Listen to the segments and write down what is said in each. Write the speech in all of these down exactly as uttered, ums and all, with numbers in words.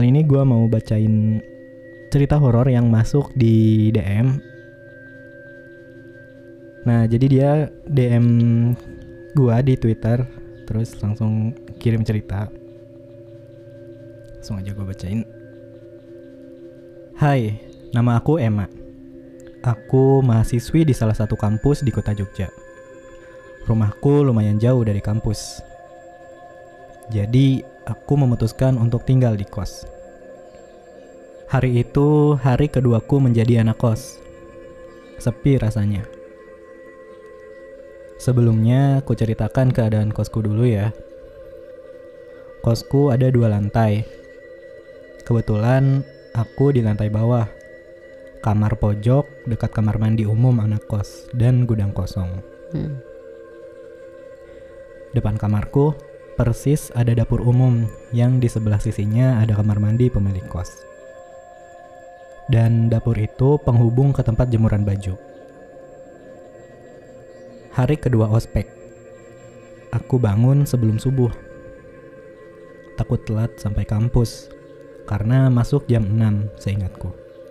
Kali ini gue mau bacain cerita horor yang masuk di D M. Nah, jadi dia D M gue di Twitter, terus langsung kirim cerita. Langsung aja gue bacain. Hai, nama aku Emma. Aku mahasiswi di salah satu kampus di kota Jogja. Rumahku lumayan jauh dari kampus. Jadi, aku memutuskan untuk tinggal di kos. Hari itu hari keduaku menjadi anak kos. Sepi rasanya. Sebelumnya, aku ceritakan keadaan kosku dulu ya. Kosku ada dua lantai. Kebetulan, aku di lantai bawah. Kamar pojok dekat kamar mandi umum anak kos dan gudang kosong. Hmm. Depan kamarku, persis ada dapur umum yang di sebelah sisinya ada kamar mandi pemilik kos. Dan dapur itu penghubung ke tempat jemuran baju. Hari kedua ospek. Aku bangun sebelum subuh. Takut telat sampai kampus karena masuk jam enam seingatku.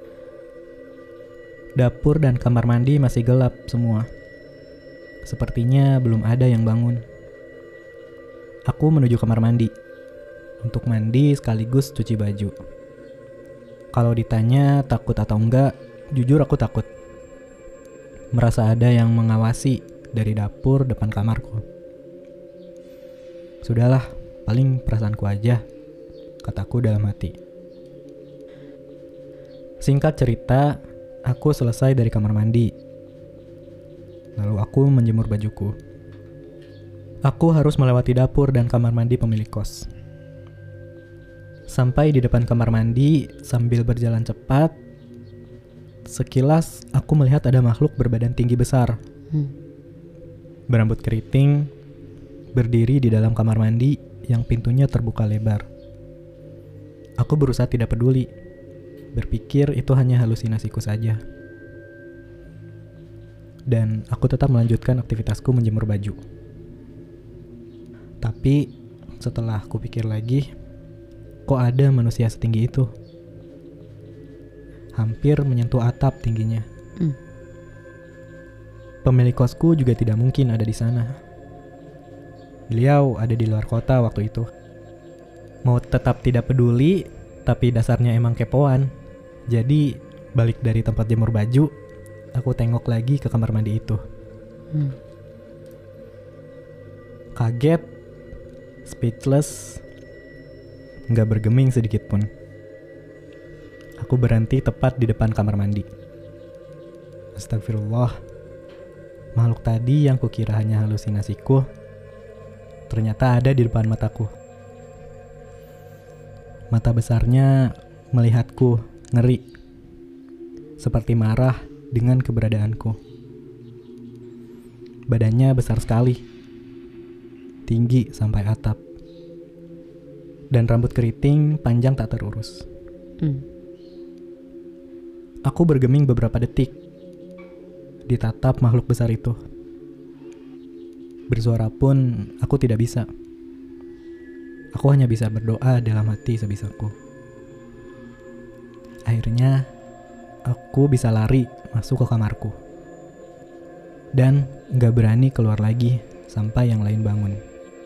Dapur dan kamar mandi masih gelap semua. Sepertinya belum ada yang bangun. Aku menuju kamar mandi untuk mandi sekaligus cuci baju. Kalau ditanya takut atau enggak, jujur aku takut. Merasa ada yang mengawasi dari dapur depan kamarku. Sudahlah, paling perasaanku aja, kataku dalam hati. Singkat cerita, aku selesai dari kamar mandi. Lalu aku menjemur bajuku. Aku harus melewati dapur dan kamar mandi pemilik kos. Sampai di depan kamar mandi, sambil berjalan cepat, sekilas aku melihat ada makhluk berbadan tinggi besar. Hmm. Berambut keriting, berdiri di dalam kamar mandi yang pintunya terbuka lebar. Aku berusaha tidak peduli, berpikir itu hanya halusinasiku saja. Dan aku tetap melanjutkan aktivitasku menjemur baju. Tapi setelah aku pikir lagi, kok ada manusia setinggi itu? Hampir menyentuh atap tingginya. Hmm. Pemilik kosku juga tidak mungkin ada di sana. Beliau ada di luar kota waktu itu. Mau tetap tidak peduli, tapi dasarnya emang kepoan. Jadi balik dari tempat jemur baju, aku tengok lagi ke kamar mandi itu. Hmm. Kaget, speechless, nggak bergeming sedikit pun. Aku berhenti tepat di depan kamar mandi. Astagfirullah, makhluk tadi yang kukira hanya halusinasiku, ternyata ada di depan mataku. Mata besarnya melihatku, ngeri, seperti marah dengan keberadaanku. Badannya besar sekali, tinggi sampai atap, dan rambut keriting panjang tak terurus. Hmm. Aku bergeming beberapa detik, ditatap makhluk besar itu. Bersuara pun aku tidak bisa. Aku hanya bisa berdoa dalam hati sebisaku. Akhirnya, aku bisa lari masuk ke kamarku. Dan gak berani keluar lagi sampai yang lain bangun.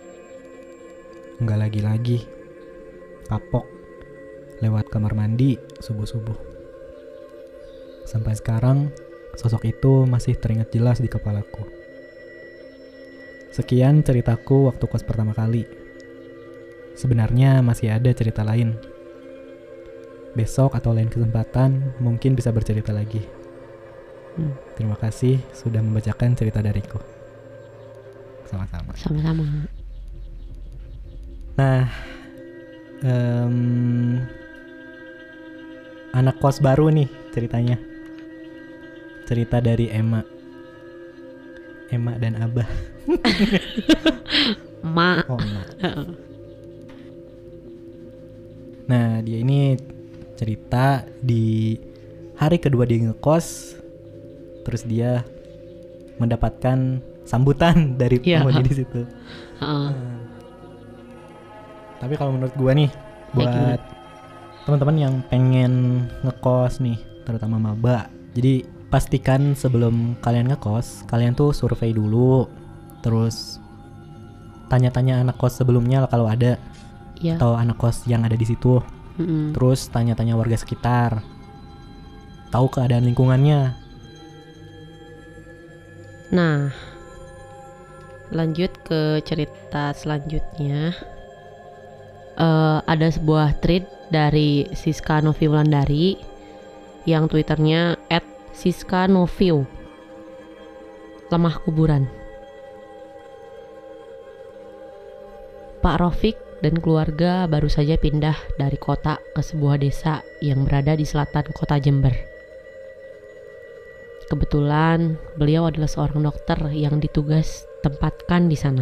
Gak lagi-lagi, kapok, lewat kamar mandi subuh-subuh. Sampai sekarang, sosok itu masih teringat jelas di kepalaku. Sekian ceritaku waktu kos pertama kali. Sebenarnya masih ada cerita lain. Besok atau lain kesempatan mungkin bisa bercerita lagi. Hmm. Terima kasih sudah membacakan cerita dariku. Sama-sama. Sama-sama. Nah, um, anak kos baru nih ceritanya. Cerita dari Emma. Emma dan Abah. Ma. Oh, Ma. Nah, dia ini cerita di hari kedua dia ngekos, terus dia mendapatkan sambutan dari penghuni di situ. Uh. Nah, tapi kalau menurut gua nih, buat teman-teman yang pengen ngekos nih, terutama maba. Jadi pastikan sebelum kalian ngekos, kalian tuh survei dulu. Terus tanya-tanya anak kos sebelumnya lah kalau ada, Iya. atau anak kos yang ada di situ. Mm-mm. Terus tanya-tanya warga sekitar, tahu keadaan lingkungannya. Nah, lanjut ke cerita selanjutnya. Uh, ada sebuah thread dari Siska Novi Wulandari yang twitternya at Siska Novio lemah kuburan. Pak Rofik dan keluarga baru saja pindah dari kota ke sebuah desa yang berada di selatan kota Jember. Kebetulan beliau adalah seorang dokter yang ditugas tempatkan di sana.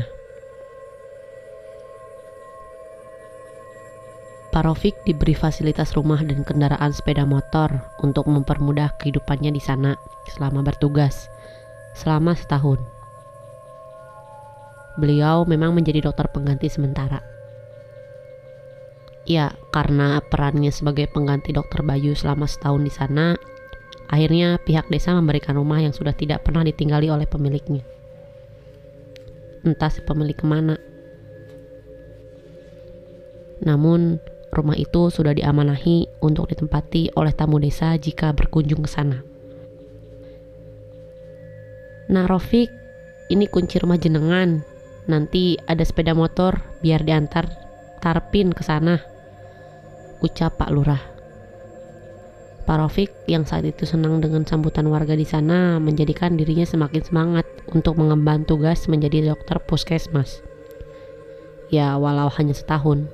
Pak Rofik diberi fasilitas rumah dan kendaraan sepeda motor untuk mempermudah kehidupannya di sana selama bertugas selama setahun. Beliau memang menjadi dokter pengganti sementara. Ya, karena perannya sebagai pengganti dokter Bayu selama setahun di sana, akhirnya pihak desa memberikan rumah yang sudah tidak pernah ditinggali oleh pemiliknya. Entah si pemilik kemana. Namun, rumah itu sudah diamanahi untuk ditempati oleh tamu desa jika berkunjung ke sana. Nah Rofik, ini kunci rumah jenengan. Nanti ada sepeda motor biar diantar Tarpin ke sana, ucap Pak Lurah. Pak Rofik yang saat itu senang dengan sambutan warga di sana menjadikan dirinya semakin semangat untuk mengemban tugas menjadi dokter puskesmas. Ya walau hanya setahun.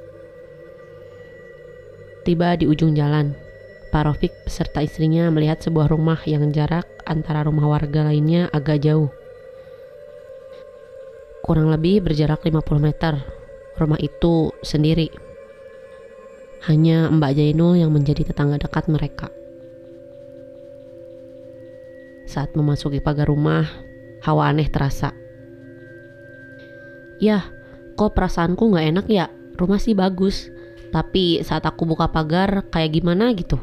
Tiba di ujung jalan, Pak Rofik beserta istrinya melihat sebuah rumah yang jarak antara rumah warga lainnya agak jauh. Kurang lebih berjarak lima puluh meter. Rumah itu sendiri. Hanya Mbak Jainul yang menjadi tetangga dekat mereka. Saat memasuki pagar rumah, hawa aneh terasa. Yah, kok perasaanku gak enak ya? Rumah sih bagus, tapi saat aku buka pagar kayak gimana gitu,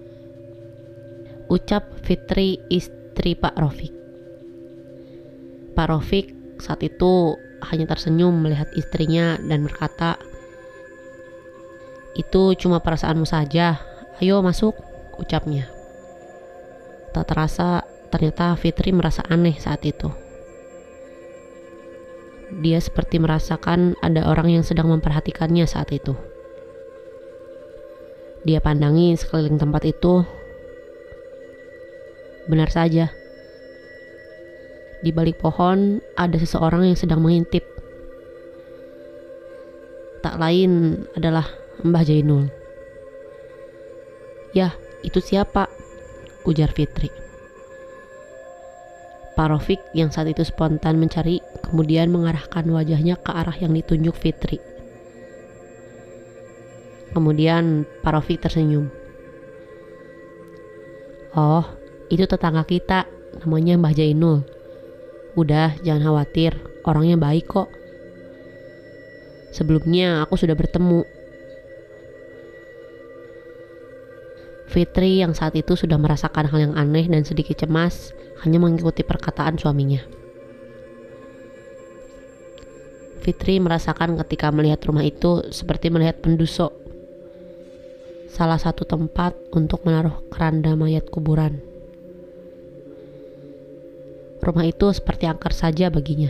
ucap Fitri, istri Pak Rofik. Pak Rofik saat itu hanya tersenyum melihat istrinya dan berkata, "Itu cuma perasaanmu saja, ayo masuk," ucapnya. Tak terasa ternyata Fitri merasa aneh saat itu. Dia seperti merasakan ada orang yang sedang memperhatikannya saat itu. Dia pandangi sekeliling tempat itu. Benar saja, di balik pohon ada seseorang yang sedang mengintip. Tak lain adalah Mbah Jainul. "Yah, itu siapa?" ujar Fitri. Pak Rofik yang saat itu spontan mencari, kemudian mengarahkan wajahnya ke arah yang ditunjuk Fitri. Kemudian Pak Rofik tersenyum. "Oh, itu tetangga kita, namanya Mbah Jainul. Udah, jangan khawatir, orangnya baik kok. Sebelumnya aku sudah bertemu." Fitri yang saat itu sudah merasakan hal yang aneh dan sedikit cemas, hanya mengikuti perkataan suaminya. Fitri merasakan ketika melihat rumah itu seperti melihat penduso, salah satu tempat untuk menaruh keranda mayat kuburan. Rumah itu seperti angker saja baginya.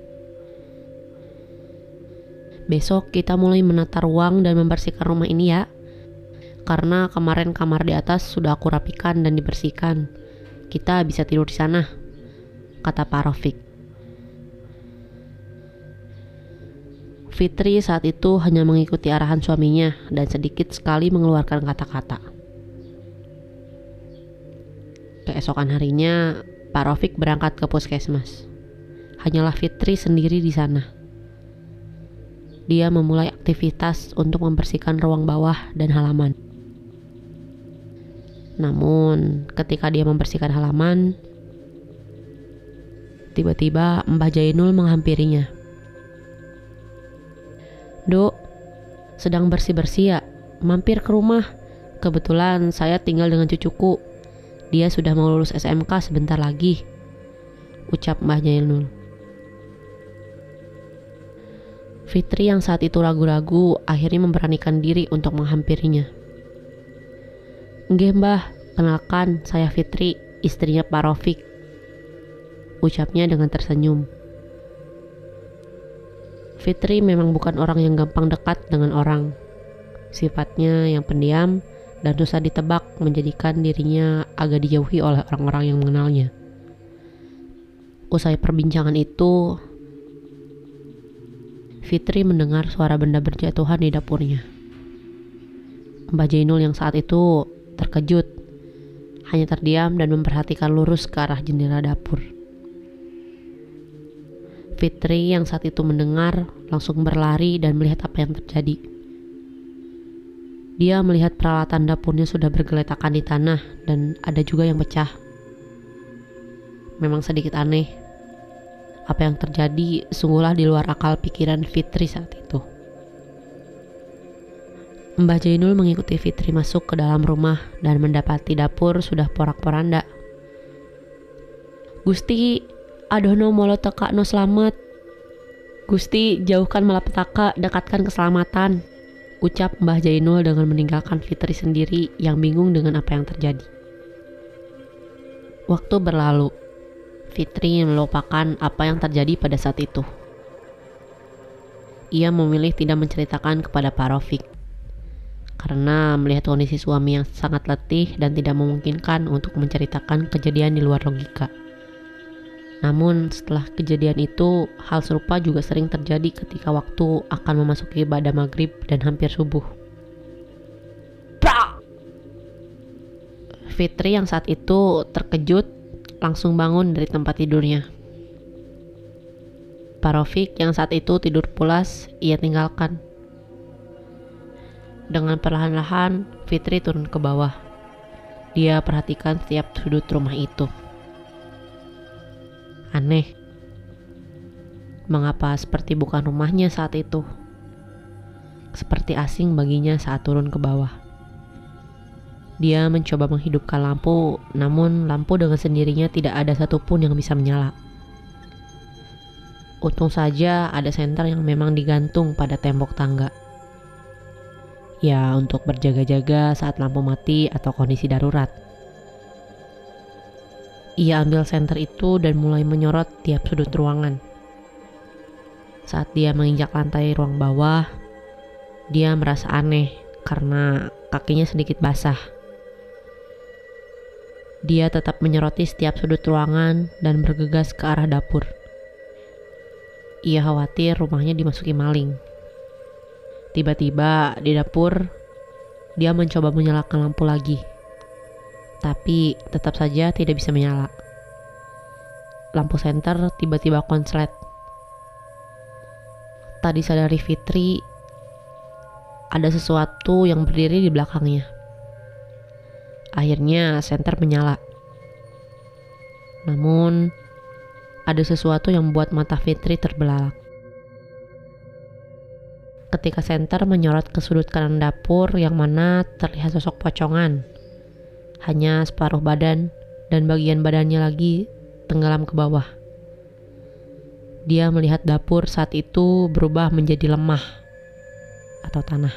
"Besok kita mulai menata ruang dan membersihkan rumah ini ya. Karena kemarin kamar di atas sudah aku rapikan dan dibersihkan. Kita bisa tidur di sana," kata Pak Rofik. Fitri saat itu hanya mengikuti arahan suaminya dan sedikit sekali mengeluarkan kata-kata. Keesokan harinya, Pak Rofik berangkat ke puskesmas. Hanyalah Fitri sendiri di sana. Dia memulai aktivitas untuk membersihkan ruang bawah dan halaman. Namun, ketika dia membersihkan halaman, tiba-tiba Mbah Jainul menghampirinya. "Dok, sedang bersih-bersih ya?" Mampir ke rumah. Kebetulan saya tinggal dengan cucuku. Dia sudah mau lulus S M K sebentar lagi, ucap Mbah Jainul. Fitri yang saat itu ragu-ragu akhirnya memberanikan diri untuk menghampirinya. "Nggih Mbah, kenalkan saya Fitri, istrinya Pak Rofik," ucapnya dengan tersenyum. Fitri memang bukan orang yang gampang dekat dengan orang. Sifatnya yang pendiam dan susah ditebak menjadikan dirinya agak dijauhi oleh orang-orang yang mengenalnya. Usai perbincangan itu, Fitri mendengar suara benda berjatuhan di dapurnya. Mbah Jainul yang saat itu terkejut, hanya terdiam dan memperhatikan lurus ke arah jendela dapur. Fitri yang saat itu mendengar langsung berlari dan melihat apa yang terjadi. Dia melihat peralatan dapurnya sudah bergeletakan di tanah dan ada juga yang pecah. Memang sedikit aneh. Apa yang terjadi sungguhlah di luar akal pikiran Fitri saat itu. Mbah Jainul mengikuti Fitri masuk ke dalam rumah dan mendapati dapur sudah porak-poranda. "Gusti, adono molo teka no selamat. Gusti, jauhkan malapetaka, dekatkan keselamatan," ucap Mbah Jainul dengan meninggalkan Fitri sendiri yang bingung dengan apa yang terjadi. Waktu berlalu. Fitri melupakan apa yang terjadi pada saat itu. Ia memilih tidak menceritakan kepada Pak Rofik karena melihat kondisi suami yang sangat letih dan tidak memungkinkan untuk menceritakan kejadian di luar logika. Namun setelah kejadian itu, hal serupa juga sering terjadi ketika waktu akan memasuki ibadah maghrib dan hampir subuh. Bra! Fitri yang saat itu terkejut langsung bangun dari tempat tidurnya. Pak Rofik yang saat itu tidur pulas, ia tinggalkan. Dengan perlahan-lahan, Fitri turun ke bawah. Dia perhatikan setiap sudut rumah itu. Aneh. Mengapa seperti bukan rumahnya saat itu? Seperti asing baginya saat turun ke bawah. Dia mencoba menghidupkan lampu, namun lampu dengan sendirinya tidak ada satupun yang bisa menyala. Untung saja ada senter yang memang digantung pada tembok tangga. Ya, untuk berjaga-jaga saat lampu mati atau kondisi darurat. Ia ambil senter itu dan mulai menyorot tiap sudut ruangan. Saat dia menginjak lantai ruang bawah, dia merasa aneh karena kakinya sedikit basah. Dia tetap menyoroti setiap sudut ruangan dan bergegas ke arah dapur. Ia khawatir rumahnya dimasuki maling. Tiba-tiba di dapur, dia mencoba menyalakan lampu lagi. Tapi tetap saja tidak bisa menyala. Lampu senter tiba-tiba konslet. Tadi sadari Fitri, ada sesuatu yang berdiri di belakangnya. Akhirnya senter menyala. Namun ada sesuatu yang membuat mata Fitri terbelalak. Ketika senter menyorot ke sudut kanan dapur yang mana terlihat sosok pocongan. Hanya separuh badan dan bagian badannya lagi tenggelam ke bawah. Dia melihat dapur saat itu berubah menjadi lemah atau tanah.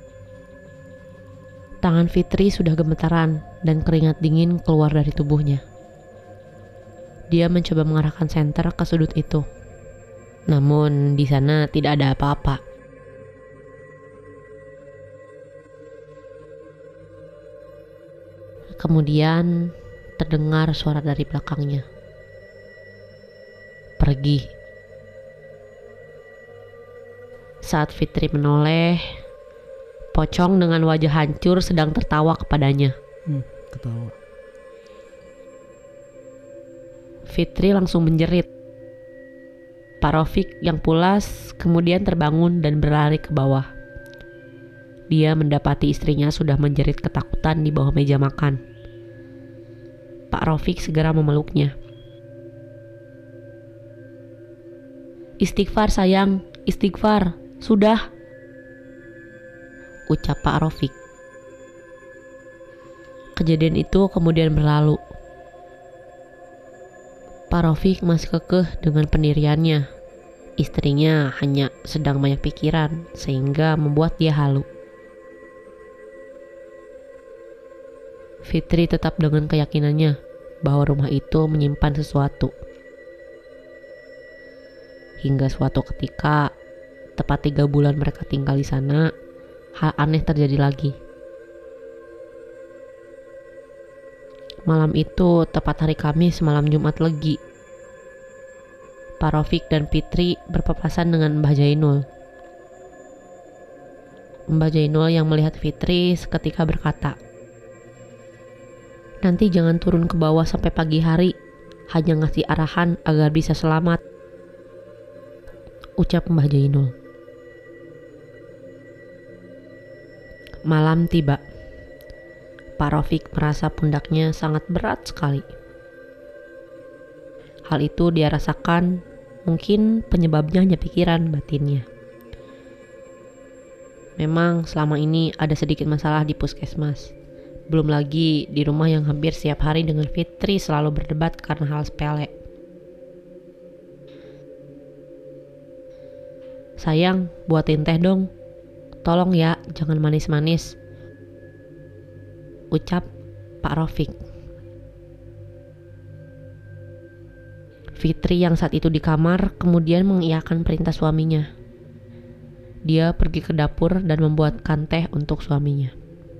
Tangan Fitri sudah gemetaran dan keringat dingin keluar dari tubuhnya. Dia mencoba mengarahkan senter ke sudut itu. Namun di sana tidak ada apa-apa. Kemudian terdengar suara dari belakangnya. "Pergi." Saat Fitri menoleh, pocong dengan wajah hancur sedang tertawa kepadanya. Hmm, ketawa. Fitri langsung menjerit. Pak Rofik yang pulas kemudian terbangun dan berlari ke bawah. Dia mendapati istrinya sudah menjerit ketakutan di bawah meja makan. Pak Rofik segera memeluknya. "Istighfar sayang, istighfar, sudah," ucap Pak Rofik. Kejadian itu kemudian berlalu. Pak Rofik masih kekeh dengan pendiriannya. Istrinya hanya sedang banyak pikiran sehingga membuat dia halu. Fitri tetap dengan keyakinannya bahwa rumah itu menyimpan sesuatu. Hingga suatu ketika, tepat tiga bulan mereka tinggal di sana, hal aneh terjadi lagi. Malam itu tepat hari Kamis malam Jumat Legi. Pak Rofik dan Fitri berpapasan dengan Mbah Jainul. Mbah Jainul yang melihat Fitri seketika berkata, "Nanti jangan turun ke bawah sampai pagi hari, hanya ngasih arahan agar bisa selamat," ucap Mbah Jainul. Malam tiba. Pak Rofik merasa pundaknya sangat berat sekali. Hal itu dia rasakan, mungkin penyebabnya hanya pikiran batinnya. Memang selama ini ada sedikit masalah di puskesmas. Belum lagi di rumah yang hampir setiap hari dengan Fitri selalu berdebat karena hal sepele. "Sayang, buatin teh dong. Tolong ya, jangan manis-manis," ucap Pak Rofik. Fitri yang saat itu di kamar kemudian mengiyakan perintah suaminya. Dia pergi ke dapur dan membuatkan teh untuk suaminya.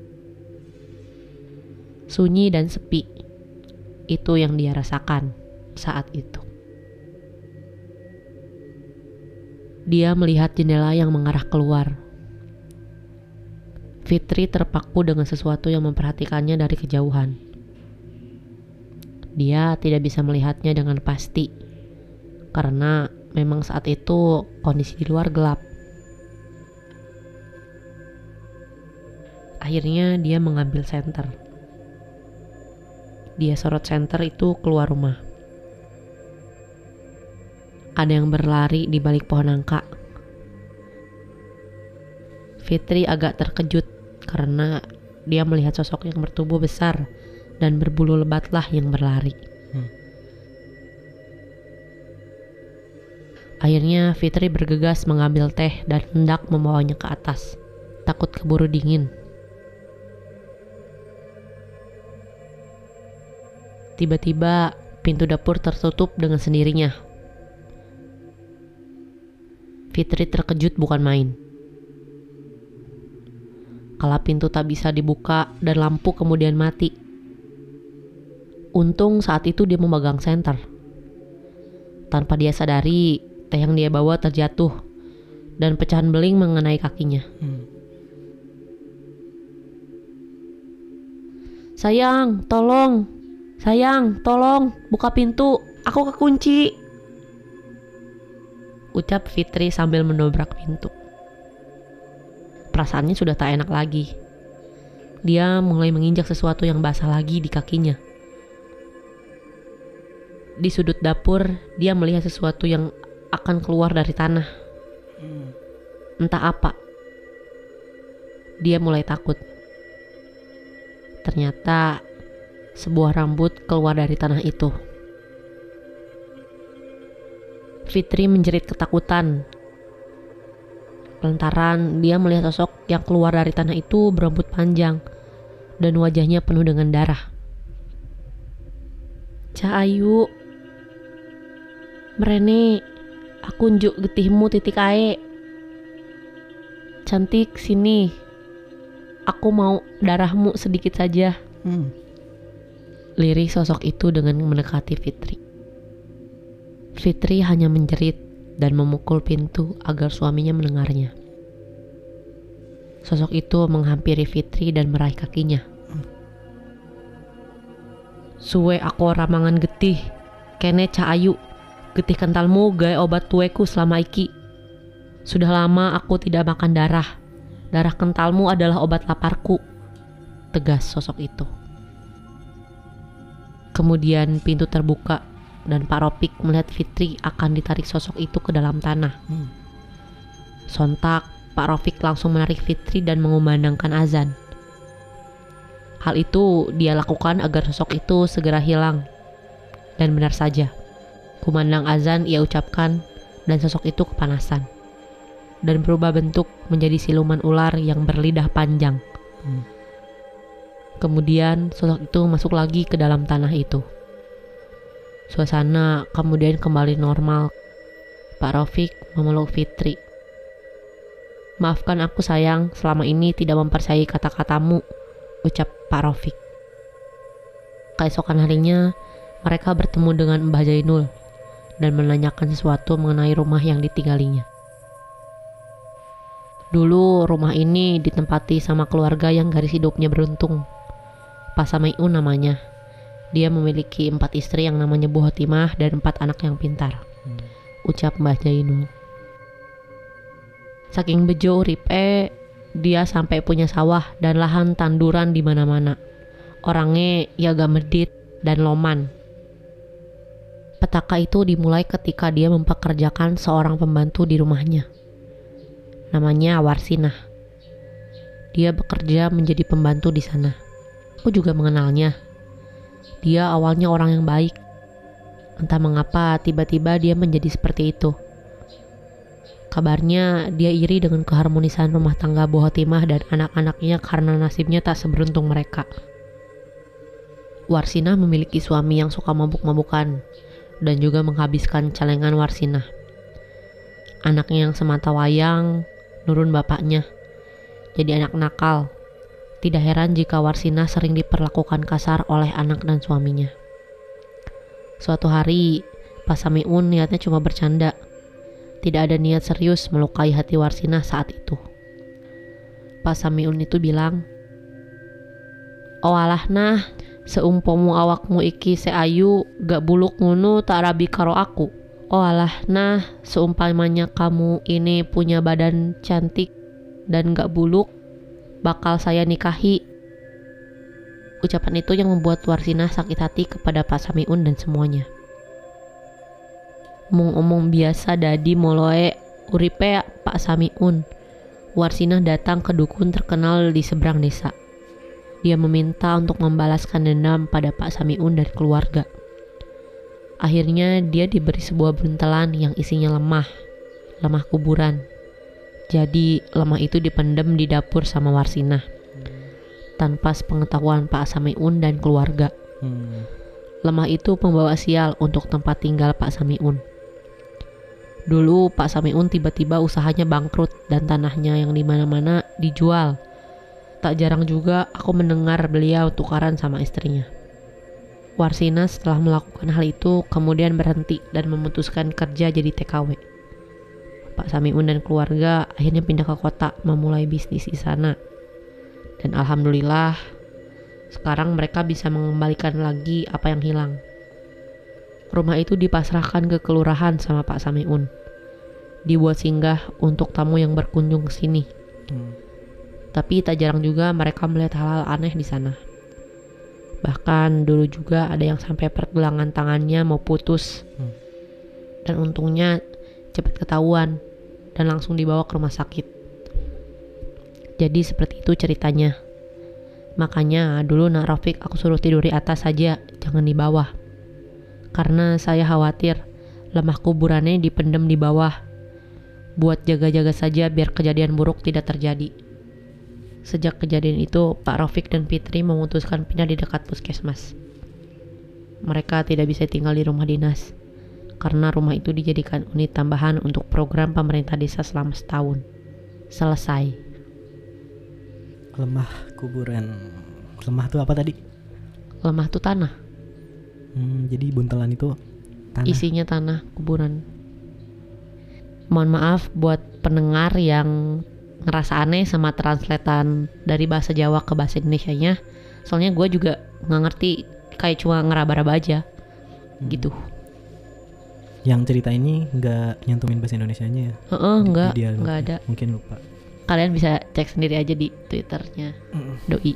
Sunyi dan sepi, itu yang dia rasakan saat itu. Dia melihat jendela yang mengarah keluar. Fitri terpaku dengan sesuatu yang memperhatikannya dari kejauhan. Dia tidak bisa melihatnya dengan pasti, karena memang saat itu kondisi di luar gelap. Akhirnya dia mengambil senter. Dia sorot senter itu keluar rumah. Ada yang berlari di balik pohon nangka. Fitri agak terkejut karena dia melihat sosok yang bertubuh besar dan berbulu lebatlah yang berlari. Hmm. Akhirnya Fitri bergegas mengambil teh dan hendak membawanya ke atas, takut keburu dingin. Tiba-tiba pintu dapur tertutup dengan sendirinya. Fitri terkejut bukan main. Kala pintu tak bisa dibuka dan lampu kemudian mati. Untung saat itu dia memegang senter. Tanpa dia sadari, teh yang dia bawa terjatuh dan pecahan beling mengenai kakinya. Hmm. "Sayang, tolong! Sayang, tolong! Buka pintu! Aku kekunci!" ucap Fitri sambil mendobrak pintu. Perasaannya sudah tak enak lagi. Dia mulai menginjak sesuatu yang basah lagi di kakinya. Di sudut dapur, dia melihat sesuatu yang akan keluar dari tanah. Entah apa. Dia mulai takut. Ternyata sebuah rambut keluar dari tanah itu. Fitri menjerit ketakutan. Lantaran dia melihat sosok yang keluar dari tanah itu berambut panjang dan wajahnya penuh dengan darah. "Cak Ayu, merene, aku njuk getihmu titik ae. Cantik, sini. Aku mau darahmu sedikit saja." Hmm. Lirih sosok itu dengan mendekati Fitri. Fitri hanya menjerit dan memukul pintu agar suaminya mendengarnya. Sosok itu menghampiri Fitri dan meraih kakinya. "Suwe aku ora mangan getih, kene Cak Ayu, getih kentalmu gawe obat tueku selama iki. Sudah lama aku tidak makan darah. Darah kentalmu adalah obat laparku," tegas sosok itu. Kemudian pintu terbuka dan Pak Rofik melihat Fitri akan ditarik sosok itu ke dalam tanah. Hmm. Sontak Pak Rafiq langsung menarik Fitri dan mengumandangkan azan. Hal itu dia lakukan agar sosok itu segera hilang. Dan benar saja, kumandang azan ia ucapkan dan sosok itu kepanasan dan berubah bentuk menjadi siluman ular yang berlidah panjang. Hmm. Kemudian sosok itu masuk lagi ke dalam tanah itu. Suasana kemudian kembali normal. Pak Rafiq memeluk Fitri. "Maafkan aku sayang, selama ini tidak mempercayai kata-katamu," ucap Pak Rafiq. Keesokan harinya, mereka bertemu dengan Mbah Jainul dan menanyakan sesuatu mengenai rumah yang ditinggalinya. Dulu rumah ini ditempati sama keluarga yang garis hidupnya beruntung. Pak Samiun namanya. Dia memiliki empat istri yang namanya Bu Hotimah dan empat anak yang pintar. Hmm. Ucap Mbah Jainul. Saking bejo uripe, dia sampai punya sawah dan lahan tanduran di mana-mana. Orangnya ya agak medit dan loman. Petaka itu dimulai ketika dia mempekerjakan seorang pembantu di rumahnya. Namanya Warsinah. Dia bekerja menjadi pembantu di sana. Aku juga mengenalnya. Dia awalnya orang yang baik. Entah mengapa tiba-tiba dia menjadi seperti itu. Kabarnya dia iri dengan keharmonisan rumah tangga Bu Hotimah dan anak-anaknya karena nasibnya tak seberuntung mereka. Warsinah memiliki suami yang suka mabuk-mabukan dan juga menghabiskan celengan Warsinah. Anaknya yang semata wayang nurun bapaknya, jadi anak nakal. Tidak heran jika Warsinah sering diperlakukan kasar oleh anak dan suaminya. Suatu hari, Pak Samiun niatnya cuma bercanda. Tidak ada niat serius melukai hati Warsinah saat itu. Pak Samiun itu bilang, "Oh alah nah, seumpama awakmu iki seayu gak buluk ngunu tak rabi karo aku. Oh alah nah, seumpamanya kamu ini punya badan cantik dan gak buluk, bakal saya nikahi." Ucapan itu yang membuat Warsinah sakit hati kepada Pak Samiun dan semuanya. Mung omong biasa dadi moloe uripe Pak Samiun. Warsinah datang ke dukun terkenal di seberang desa. Dia meminta untuk membalaskan dendam pada Pak Samiun dan keluarga. Akhirnya dia diberi sebuah buntelan yang isinya lemah, lemah kuburan. Jadi lemah itu dipendam di dapur sama Warsinah, tanpa sepengetahuan Pak Samiun dan keluarga. Hmm. Lemah itu pembawa sial untuk tempat tinggal Pak Samiun. Dulu Pak Samiun tiba-tiba usahanya bangkrut dan tanahnya yang di mana-mana dijual. Tak jarang juga aku mendengar beliau tukaran sama istrinya. Warsinah setelah melakukan hal itu kemudian berhenti dan memutuskan kerja jadi T K W. Pak Samiun dan keluarga akhirnya pindah ke kota memulai bisnis di sana. Dan alhamdulillah sekarang mereka bisa mengembalikan lagi apa yang hilang. Rumah itu dipasrahkan ke kelurahan sama Pak Samiun. Dibuat singgah untuk tamu yang berkunjung ke sini. Hmm. Tapi tak jarang juga mereka melihat hal-hal aneh di sana. Bahkan dulu juga ada yang sampai pergelangan tangannya mau putus. Hmm. Dan untungnya cepat ketahuan dan langsung dibawa ke rumah sakit. Jadi seperti itu ceritanya. Makanya dulu Nak Rafiq aku suruh tidur di atas saja, jangan di bawah. Karena saya khawatir lemah kuburannya dipendam di bawah. Buat jaga-jaga saja biar kejadian buruk tidak terjadi. Sejak kejadian itu, Pak Rafiq dan Fitri memutuskan pindah di dekat puskesmas. Mereka tidak bisa tinggal di rumah dinas, karena rumah itu dijadikan unit tambahan untuk program pemerintah desa selama setahun. Selesai. Lemah kuburan. Lemah itu apa tadi? Lemah itu tanah. Hmm, jadi buntelan itu tanah. Isinya tanah kuburan. Mohon maaf buat pendengar yang ngerasa aneh sama translatean dari bahasa Jawa ke bahasa Indonesianya. Soalnya gue juga gak ngerti, kayak cuma ngeraba-raba aja. Hmm. Gitu. Yang cerita ini gak nyantumin bahasa Indonesianya ya? Heeh, uh-uh, gak, gak ada. Mungkin lupa. Kalian bisa cek sendiri aja di Twitternya hmm. Doi.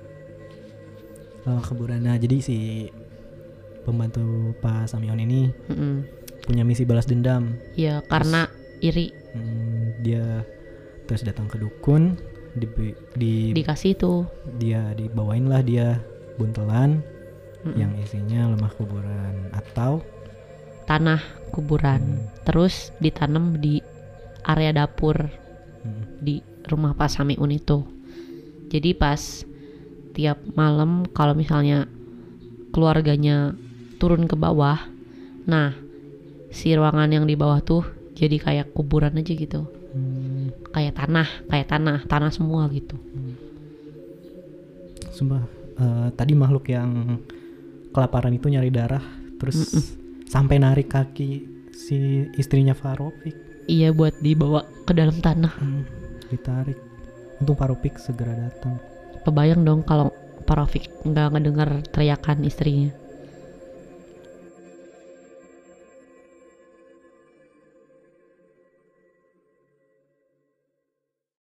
Oh, kuburan. Nah, jadi si pembantu Pak Samiun ini hmm. punya misi balas dendam. Iya, karena iri. Hmm, dia Terus datang ke dukun, di, di Dikasih tuh. dia dibawain lah dia buntelan Mm-mm. yang isinya lemah kuburan atau Tanah kuburan. Hmm. Terus ditanam di area dapur hmm, di rumah Pak Samiun itu. Jadi pas tiap malam kalau misalnya keluarganya turun ke bawah, nah si ruangan yang di bawah tuh jadi kayak kuburan aja gitu, hmm, kayak tanah, kayak tanah, tanah semua gitu. sumpah eh, tadi makhluk yang kelaparan itu nyari darah terus Mm-mm. sampai narik kaki si istrinya Farouk. Iya, buat dibawa ke dalam tanah. Hmm, ditarik. Untung Farouk segera datang. Kebayang dong kalau Pak Rafiq nggak ngedengar teriakan istrinya.